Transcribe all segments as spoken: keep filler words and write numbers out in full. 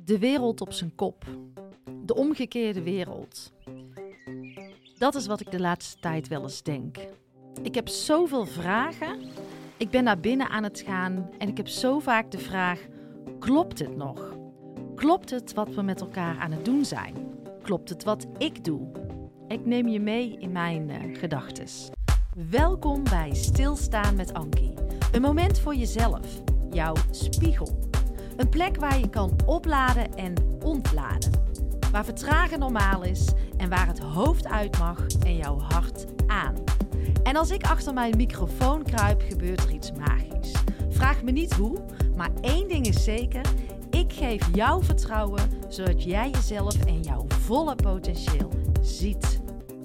De wereld op zijn kop. De omgekeerde wereld. Dat is wat ik de laatste tijd wel eens denk. Ik heb zoveel vragen. Ik ben naar binnen aan het gaan en ik heb zo vaak de vraag: klopt het nog? Klopt het wat we met elkaar aan het doen zijn? Klopt het wat ik doe? Ik neem je mee in mijn uh, gedachtes. Welkom bij Stilstaan met Ankie. Een moment voor jezelf, jouw spiegel. Een plek waar je kan opladen en ontladen. Waar vertragen normaal is en waar het hoofd uit mag en jouw hart aan. En als ik achter mijn microfoon kruip, gebeurt er iets magisch. Vraag me niet hoe, maar één ding is zeker: ik geef jou vertrouwen, zodat jij jezelf en jouw volle potentieel ziet.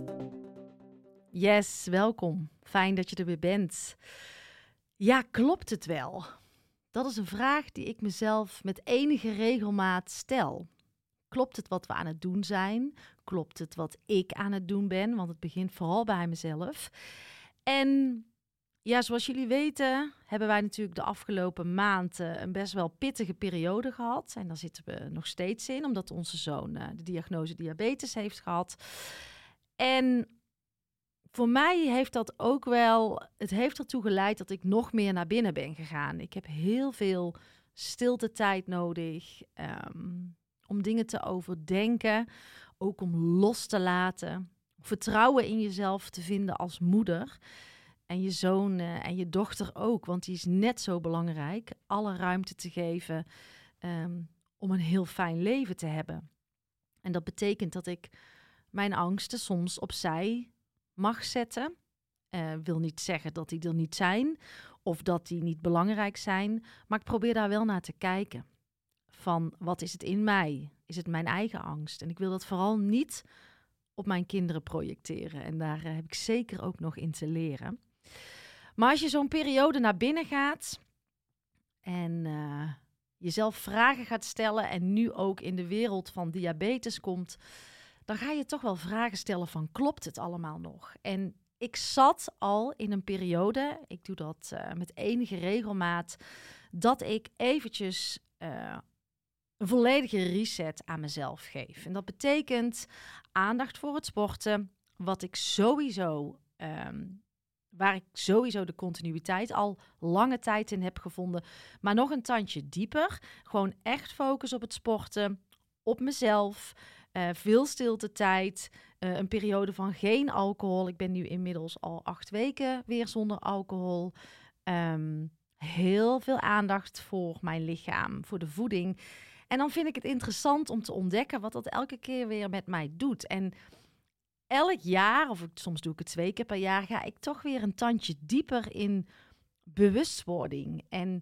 Yes, welkom. Fijn dat je er weer bent. Ja, klopt het wel? Dat is een vraag die ik mezelf met enige regelmaat stel. Klopt het wat we aan het doen zijn? Klopt het wat ik aan het doen ben? Want het begint vooral bij mezelf. En ja, zoals jullie weten hebben wij natuurlijk de afgelopen maanden een best wel pittige periode gehad. En daar zitten we nog steeds in, omdat onze zoon uh, de diagnose diabetes heeft gehad. En voor mij heeft dat ook wel, het heeft ertoe geleid dat ik nog meer naar binnen ben gegaan. Ik heb heel veel stiltetijd nodig um, om dingen te overdenken, ook om los te laten. Vertrouwen in jezelf te vinden als moeder. En je zoon uh, en je dochter ook, want die is net zo belangrijk. Alle ruimte te geven um, om een heel fijn leven te hebben. En dat betekent dat ik mijn angsten soms opzij mag zetten. Uh, wil niet zeggen dat die er niet zijn of dat die niet belangrijk zijn. Maar ik probeer daar wel naar te kijken. Van wat is het in mij? Is het mijn eigen angst? En ik wil dat vooral niet op mijn kinderen projecteren. En daar uh, heb ik zeker ook nog in te leren. Maar als je zo'n periode naar binnen gaat en uh, jezelf vragen gaat stellen en nu ook in de wereld van diabetes komt, dan ga je toch wel vragen stellen van klopt het allemaal nog? En ik zat al in een periode, ik doe dat uh, met enige regelmaat, dat ik eventjes uh, een volledige reset aan mezelf geef. En dat betekent aandacht voor het sporten, wat ik sowieso, um, waar ik sowieso de continuïteit al lange tijd in heb gevonden, maar nog een tandje dieper. Gewoon echt focus op het sporten, op mezelf. Uh, veel stiltetijd, uh, een periode van geen alcohol. Ik ben nu inmiddels al acht weken weer zonder alcohol. Um, heel veel aandacht voor mijn lichaam, voor de voeding. En dan vind ik het interessant om te ontdekken wat dat elke keer weer met mij doet. En elk jaar, of soms doe ik het twee keer per jaar, ga ik toch weer een tandje dieper in bewustwording. En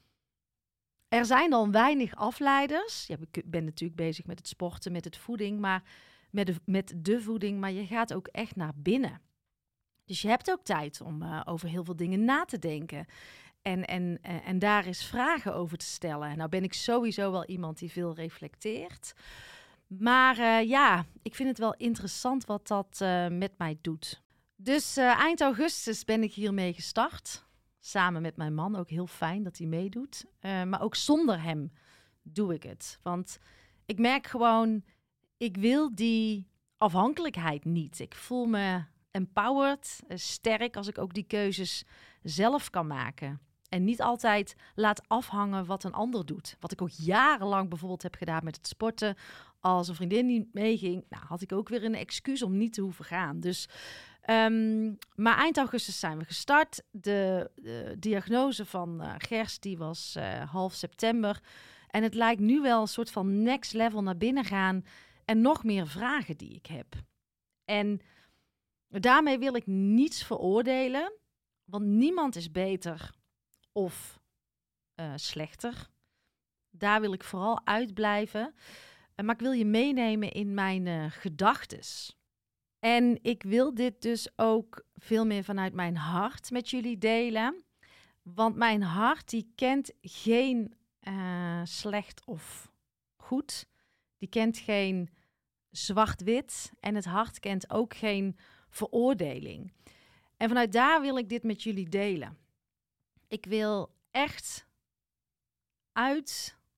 er zijn dan weinig afleiders. Ja, ik ben natuurlijk bezig met het sporten, met het voeding, maar met de, met de voeding, maar je gaat ook echt naar binnen. Dus je hebt ook tijd om uh, over heel veel dingen na te denken. En, en, uh, en daar eens vragen over te stellen. En nou ben ik sowieso wel iemand die veel reflecteert. Maar uh, ja, ik vind het wel interessant wat dat uh, met mij doet. Dus uh, eind augustus ben ik hiermee gestart. Samen met mijn man, ook heel fijn dat hij meedoet. Uh, maar ook zonder hem doe ik het. Want ik merk gewoon, ik wil die afhankelijkheid niet. Ik voel me empowered, uh, sterk als ik ook die keuzes zelf kan maken. En niet altijd laat afhangen wat een ander doet. Wat ik ook jarenlang bijvoorbeeld heb gedaan met het sporten. Als een vriendin niet meeging, nou, had ik ook weer een excuus om niet te hoeven gaan. Dus Um, maar eind augustus zijn we gestart. De, de diagnose van uh, Gerst die was uh, half september. En het lijkt nu wel een soort van next level naar binnen gaan. En nog meer vragen die ik heb. En daarmee wil ik niets veroordelen. Want niemand is beter of uh, slechter. Daar wil ik vooral uitblijven. Uh, maar ik wil je meenemen in mijn uh, gedachtes. En ik wil dit dus ook veel meer vanuit mijn hart met jullie delen. Want mijn hart die kent geen uh, slecht of goed. Die kent geen zwart-wit. En het hart kent ook geen veroordeling. En vanuit daar wil ik dit met jullie delen. Ik wil echt uit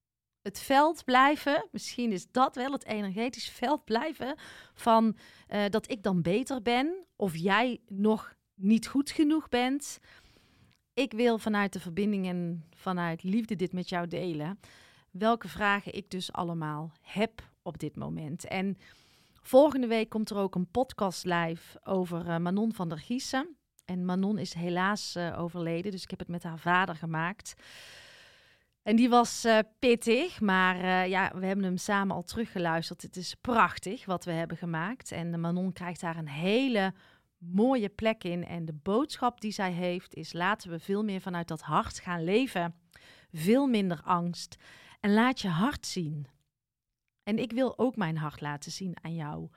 het veld blijven, misschien is dat wel het energetisch veld blijven van uh, dat ik dan beter ben of jij nog niet goed genoeg bent. Ik wil vanuit de verbinding en vanuit liefde dit met jou delen. Welke vragen ik dus allemaal heb op dit moment. En volgende week komt er ook een podcast live over uh, Manon van der Giessen. En Manon is helaas uh, overleden, dus ik heb het met haar vader gemaakt. En die was uh, pittig, maar uh, ja, we hebben hem samen al teruggeluisterd. Het is prachtig wat we hebben gemaakt. En uh, Manon krijgt daar een hele mooie plek in. En de boodschap die zij heeft is: laten we veel meer vanuit dat hart gaan leven. Veel minder angst. En laat je hart zien. En ik wil ook mijn hart laten zien aan jou.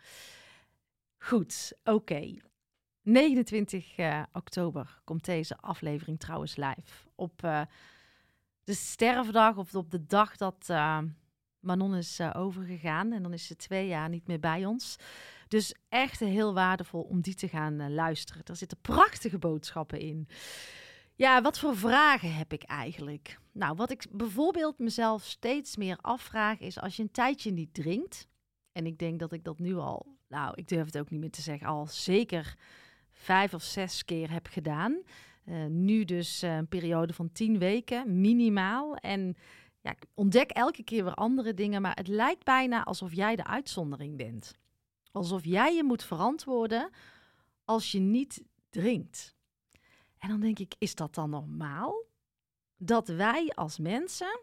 Goed, oké. Okay. negenentwintig uh, oktober komt deze aflevering trouwens live. Op uh, de sterfdag of op de dag dat uh, Manon is uh, overgegaan. En dan is ze twee jaar niet meer bij ons. Dus echt heel waardevol om die te gaan uh, luisteren. Daar zitten prachtige boodschappen in. Ja, wat voor vragen heb ik eigenlijk? Nou, wat ik bijvoorbeeld mezelf steeds meer afvraag is: als je een tijdje niet drinkt, en ik denk dat ik dat nu al, nou, ik durf het ook niet meer te zeggen, al zeker vijf of zes keer heb gedaan. Uh, nu dus uh, een periode van tien weken, minimaal. En ja, ik ontdek elke keer weer andere dingen, maar het lijkt bijna alsof jij de uitzondering bent. Alsof jij je moet verantwoorden als je niet drinkt. En dan denk ik, is dat dan normaal? Dat wij als mensen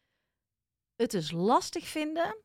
het dus lastig vinden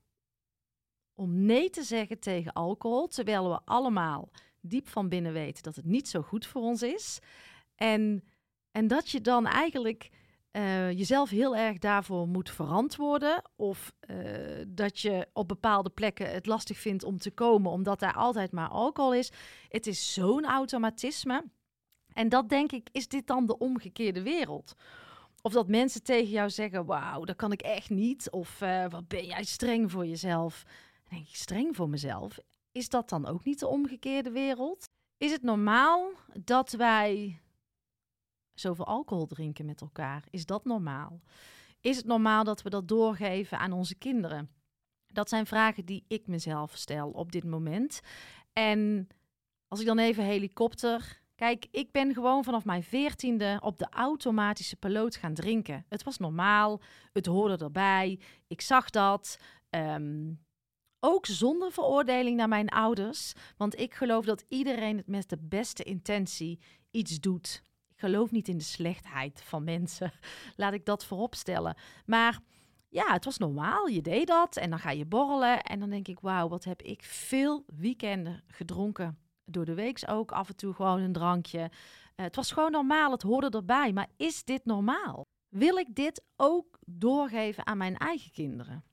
om nee te zeggen tegen alcohol, terwijl we allemaal diep van binnen weten dat het niet zo goed voor ons is. En, en dat je dan eigenlijk uh, jezelf heel erg daarvoor moet verantwoorden. Of uh, dat je op bepaalde plekken het lastig vindt om te komen, omdat daar altijd maar alcohol is. Het is zo'n automatisme. En dat denk ik, is dit dan de omgekeerde wereld? Of dat mensen tegen jou zeggen: wauw, dat kan ik echt niet. Of uh, wat ben jij streng voor jezelf? Dan denk ik, streng voor mezelf? Is dat dan ook niet de omgekeerde wereld? Is het normaal dat wij zoveel alcohol drinken met elkaar? Is dat normaal? Is het normaal dat we dat doorgeven aan onze kinderen? Dat zijn vragen die ik mezelf stel op dit moment. En als ik dan even helikopter... Kijk, ik ben gewoon vanaf mijn veertiende op de automatische piloot gaan drinken. Het was normaal, het hoorde erbij, ik zag dat. Um, ook zonder veroordeling naar mijn ouders. Want ik geloof dat iedereen het met de beste intentie iets doet. Ik geloof niet in de slechtheid van mensen. Laat ik dat voorop stellen. Maar ja, het was normaal, je deed dat en dan ga je borrelen. En dan denk ik, wauw, wat heb ik veel weekenden gedronken. Door de week ook af en toe gewoon een drankje. Uh, het was gewoon normaal, het hoorde erbij. Maar is dit normaal? Wil ik dit ook doorgeven aan mijn eigen kinderen?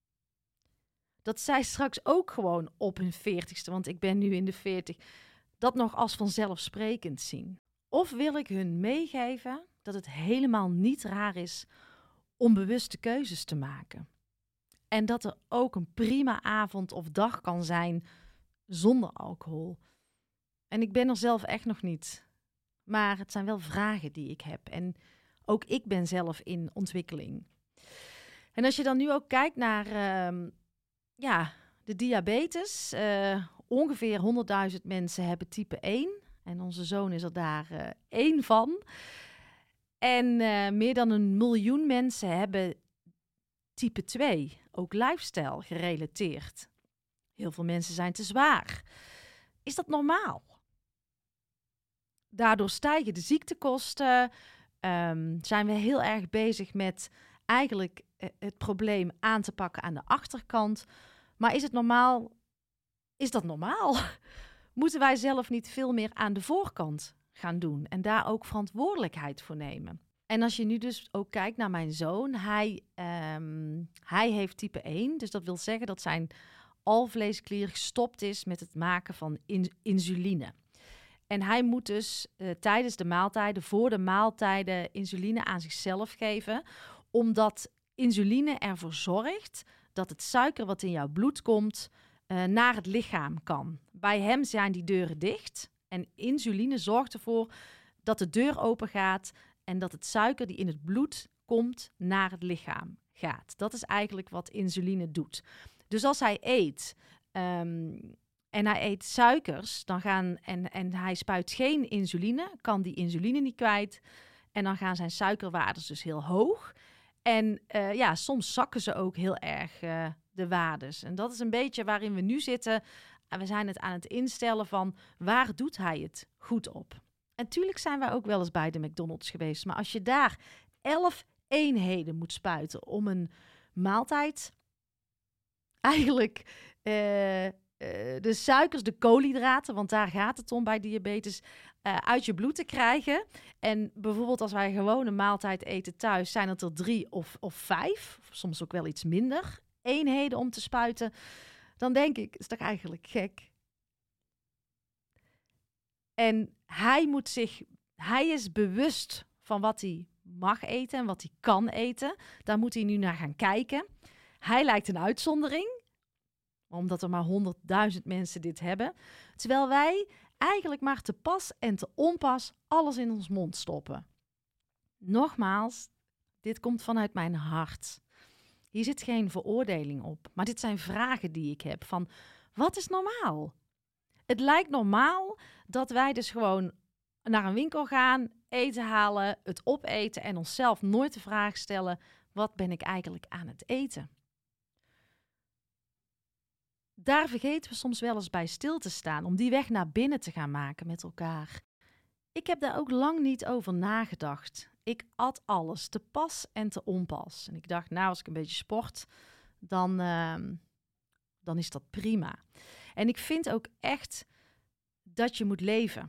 Dat zij straks ook gewoon op hun veertigste, want ik ben nu in de veertig, dat nog als vanzelfsprekend zien. Of wil ik hun meegeven dat het helemaal niet raar is om bewuste keuzes te maken. En dat er ook een prima avond of dag kan zijn zonder alcohol. En ik ben er zelf echt nog niet. Maar het zijn wel vragen die ik heb. En ook ik ben zelf in ontwikkeling. En als je dan nu ook kijkt naar uh, ja, de diabetes. Uh, ongeveer honderdduizend mensen hebben type één. En onze zoon is er daar uh, één van. En uh, meer dan een miljoen mensen hebben type twee. Ook lifestyle gerelateerd. Heel veel mensen zijn te zwaar. Is dat normaal? Daardoor stijgen de ziektekosten. Um, zijn we heel erg bezig met eigenlijk uh, het probleem aan te pakken aan de achterkant. Maar is het normaal? Is dat normaal? Moeten wij zelf niet veel meer aan de voorkant gaan doen en daar ook verantwoordelijkheid voor nemen? En als je nu dus ook kijkt naar mijn zoon, hij, um, hij heeft type één. Dus dat wil zeggen dat zijn alvleesklier gestopt is met het maken van in, insuline. En hij moet dus uh, tijdens de maaltijden, voor de maaltijden, insuline aan zichzelf geven. Omdat insuline ervoor zorgt dat het suiker wat in jouw bloed komt uh, naar het lichaam kan. Bij hem zijn die deuren dicht. En insuline zorgt ervoor dat de deur open gaat en dat het suiker die in het bloed komt naar het lichaam gaat. Dat is eigenlijk wat insuline doet. Dus als hij eet um, en hij eet suikers, dan gaan, en, en hij spuit geen insuline, kan die insuline niet kwijt. En dan gaan zijn suikerwaardes dus heel hoog. En uh, ja, soms zakken ze ook heel erg uh, de waardes. En dat is een beetje waarin we nu zitten. En we zijn het aan het instellen van waar doet hij het goed op? En tuurlijk zijn wij ook wel eens bij de McDonald's geweest. Maar als je daar elf eenheden moet spuiten om een maaltijd, eigenlijk uh, uh, de suikers, de koolhydraten, want daar gaat het om bij diabetes, uh, uit je bloed te krijgen. En bijvoorbeeld als wij gewoon een maaltijd eten thuis, zijn het er drie of, of vijf, of soms ook wel iets minder, eenheden om te spuiten. Dan denk ik, is toch eigenlijk gek? En hij moet zich, hij is bewust van wat hij mag eten en wat hij kan eten. Daar moet hij nu naar gaan kijken. Hij lijkt een uitzondering, omdat er maar honderdduizend mensen dit hebben. Terwijl wij eigenlijk maar te pas en te onpas alles in ons mond stoppen. Nogmaals, dit komt vanuit mijn hart. Hier zit geen veroordeling op, maar dit zijn vragen die ik heb van, wat is normaal? Het lijkt normaal dat wij dus gewoon naar een winkel gaan, eten halen, het opeten en onszelf nooit de vraag stellen, wat ben ik eigenlijk aan het eten? Daar vergeten we soms wel eens bij stil te staan, om die weg naar binnen te gaan maken met elkaar. Ik heb daar ook lang niet over nagedacht. Ik at alles, te pas en te onpas. En ik dacht, nou, als ik een beetje sport, dan, uh, dan is dat prima. En ik vind ook echt dat je moet leven.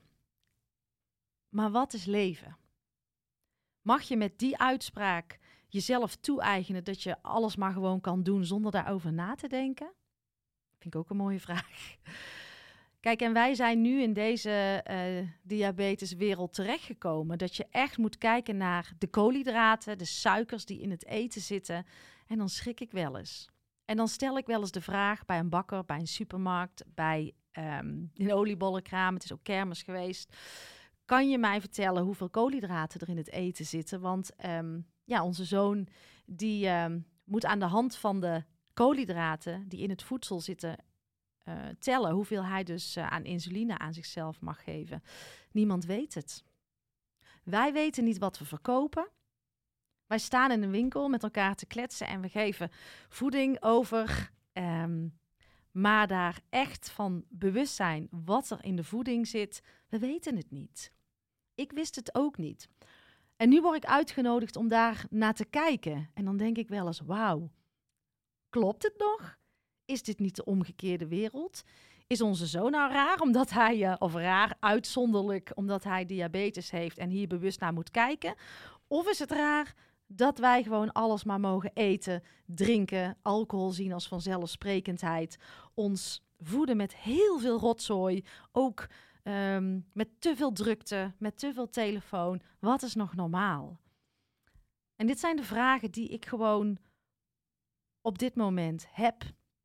Maar wat is leven? Mag je met die uitspraak jezelf toe-eigenen dat je alles maar gewoon kan doen zonder daarover na te denken? Vind ik ook een mooie vraag. Kijk, en wij zijn nu in deze uh, diabeteswereld terechtgekomen. Dat je echt moet kijken naar de koolhydraten, de suikers die in het eten zitten. En dan schrik ik wel eens. En dan stel ik wel eens de vraag bij een bakker, bij een supermarkt, bij um, een oliebollenkraam. Het is ook kermis geweest. Kan je mij vertellen hoeveel koolhydraten er in het eten zitten? Want um, ja, onze zoon die um, moet aan de hand van de koolhydraten die in het voedsel zitten uh, tellen hoeveel hij dus uh, aan insuline aan zichzelf mag geven. Niemand weet het. Wij weten niet wat we verkopen. Wij staan in een winkel met elkaar te kletsen en we geven voeding over. Um, maar daar echt van bewust zijn wat er in de voeding zit, we weten het niet. Ik wist het ook niet. En nu word ik uitgenodigd om daar naar te kijken. En dan denk ik wel eens, wauw, klopt het nog? Is dit niet de omgekeerde wereld? Is onze zoon nou raar, omdat hij, uh, of raar, uitzonderlijk, omdat hij diabetes heeft en hier bewust naar moet kijken? Of is het raar dat wij gewoon alles maar mogen eten, drinken, alcohol zien als vanzelfsprekendheid, ons voeden met heel veel rotzooi, ook um, met te veel drukte, met te veel telefoon? Wat is nog normaal? En dit zijn de vragen die ik gewoon op dit moment heb.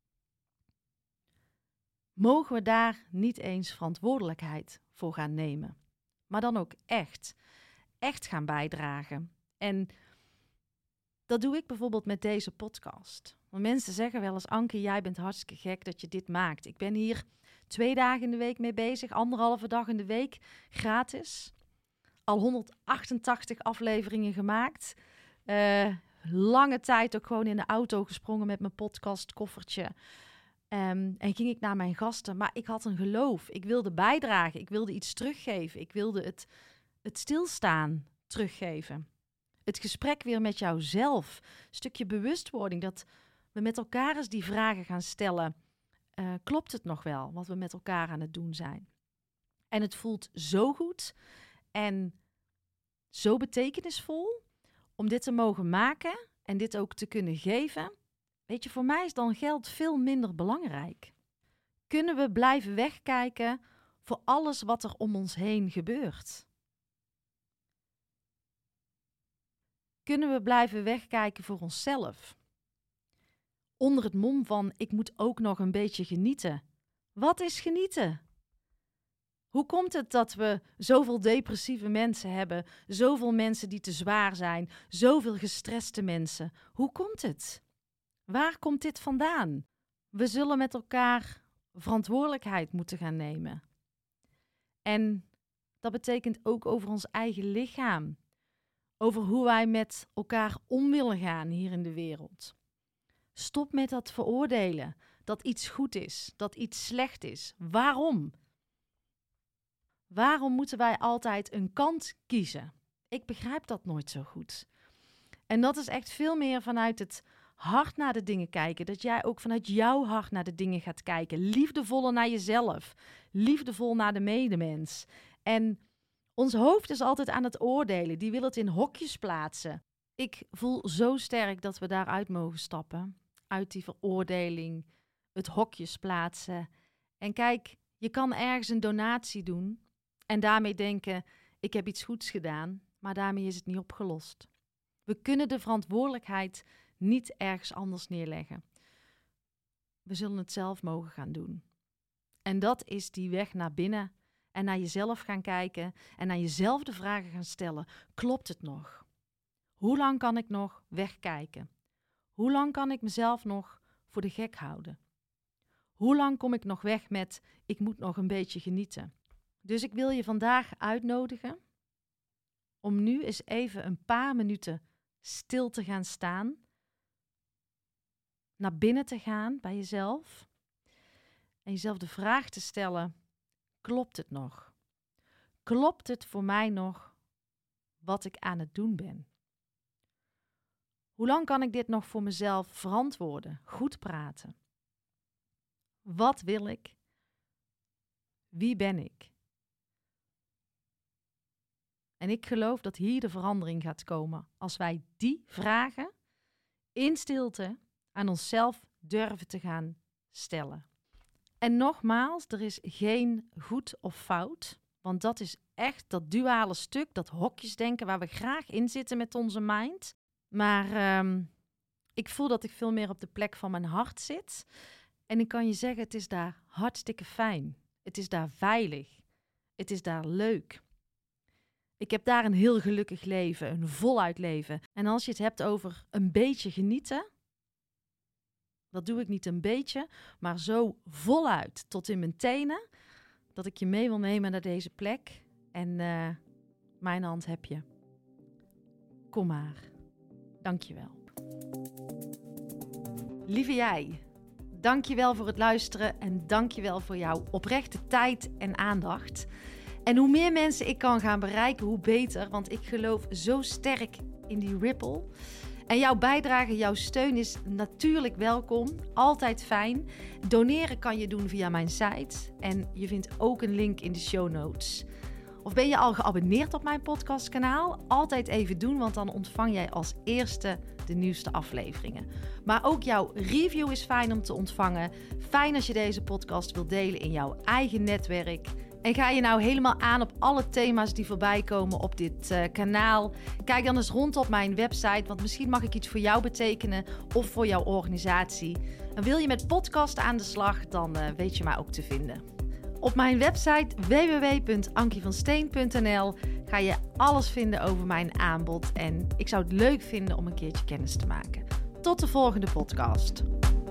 Mogen we daar niet eens verantwoordelijkheid voor gaan nemen? Maar dan ook echt, echt gaan bijdragen. En dat doe ik bijvoorbeeld met deze podcast. Want mensen zeggen wel eens, Anke, jij bent hartstikke gek dat je dit maakt. Ik ben hier twee dagen in de week mee bezig, anderhalve dag in de week, gratis. Al honderdachtentachtig afleveringen gemaakt. Uh, lange tijd ook gewoon in de auto gesprongen met mijn podcastkoffertje. Um, en ging ik naar mijn gasten. Maar ik had een geloof. Ik wilde bijdragen. Ik wilde iets teruggeven. Ik wilde het, het stilstaan teruggeven. Het gesprek weer met jouzelf. Een stukje bewustwording. Dat we met elkaar eens die vragen gaan stellen. Uh, klopt het nog wel wat we met elkaar aan het doen zijn? En het voelt zo goed en zo betekenisvol om dit te mogen maken en dit ook te kunnen geven. Weet je, voor mij is dan geld veel minder belangrijk. Kunnen we blijven wegkijken voor alles wat er om ons heen gebeurt? Kunnen we blijven wegkijken voor onszelf? Onder het mom van, ik moet ook nog een beetje genieten. Wat is genieten? Hoe komt het dat we zoveel depressieve mensen hebben, zoveel mensen die te zwaar zijn, zoveel gestreste mensen? Hoe komt het? Waar komt dit vandaan? We zullen met elkaar verantwoordelijkheid moeten gaan nemen. En dat betekent ook over ons eigen lichaam. Over hoe wij met elkaar om willen gaan hier in de wereld. Stop met dat veroordelen. Dat iets goed is, dat iets slecht is. Waarom? Waarom moeten wij altijd een kant kiezen? Ik begrijp dat nooit zo goed. En dat is echt veel meer vanuit het hart naar de dingen kijken. Dat jij ook vanuit jouw hart naar de dingen gaat kijken. Liefdevoller naar jezelf. Liefdevol naar de medemens. En ons hoofd is altijd aan het oordelen. Die wil het in hokjes plaatsen. Ik voel zo sterk dat we daaruit mogen stappen. Uit die veroordeling. Het hokjes plaatsen. En kijk, je kan ergens een donatie doen. En daarmee denken, ik heb iets goeds gedaan. Maar daarmee is het niet opgelost. We kunnen de verantwoordelijkheid niet ergens anders neerleggen. We zullen het zelf mogen gaan doen. En dat is die weg naar binnen. En naar jezelf gaan kijken. En naar jezelf de vragen gaan stellen. Klopt het nog? Hoe lang kan ik nog wegkijken? Hoe lang kan ik mezelf nog voor de gek houden? Hoe lang kom ik nog weg met, ik moet nog een beetje genieten? Dus ik wil je vandaag uitnodigen om nu eens even een paar minuten stil te gaan staan. Naar binnen te gaan bij jezelf. En jezelf de vraag te stellen, klopt het nog? Klopt het voor mij nog wat ik aan het doen ben? Hoe lang kan ik dit nog voor mezelf verantwoorden, goed praten? Wat wil ik? Wie ben ik? En ik geloof dat hier de verandering gaat komen als wij die vragen in stilte aan onszelf durven te gaan stellen. En nogmaals, er is geen goed of fout, want dat is echt dat duale stuk, dat hokjesdenken waar we graag in zitten met onze mind. Maar um, ik voel dat ik veel meer op de plek van mijn hart zit. En ik kan je zeggen, het is daar hartstikke fijn. Het is daar veilig. Het is daar leuk. Ik heb daar een heel gelukkig leven, een voluit leven. En als je het hebt over een beetje genieten, dat doe ik niet een beetje, maar zo voluit tot in mijn tenen, dat ik je mee wil nemen naar deze plek. En uh, mijn hand heb je. Kom maar. Dank je wel. Lieve jij, dank je wel voor het luisteren en dank je wel voor jouw oprechte tijd en aandacht. En hoe meer mensen ik kan gaan bereiken, hoe beter. Want ik geloof zo sterk in die ripple. En jouw bijdrage, jouw steun is natuurlijk welkom. Altijd fijn. Doneren kan je doen via mijn site. En je vindt ook een link in de show notes. Of ben je al geabonneerd op mijn podcastkanaal? Altijd even doen, want dan ontvang jij als eerste de nieuwste afleveringen. Maar ook jouw review is fijn om te ontvangen. Fijn als je deze podcast wilt delen in jouw eigen netwerk. En ga je nou helemaal aan op alle thema's die voorbij komen op dit uh, kanaal? Kijk dan eens rond op mijn website, want misschien mag ik iets voor jou betekenen of voor jouw organisatie. En wil je met podcast aan de slag, dan uh, weet je mij ook te vinden. Op mijn website w w w punt ankie van steen punt n l ga je alles vinden over mijn aanbod. En ik zou het leuk vinden om een keertje kennis te maken. Tot de volgende podcast.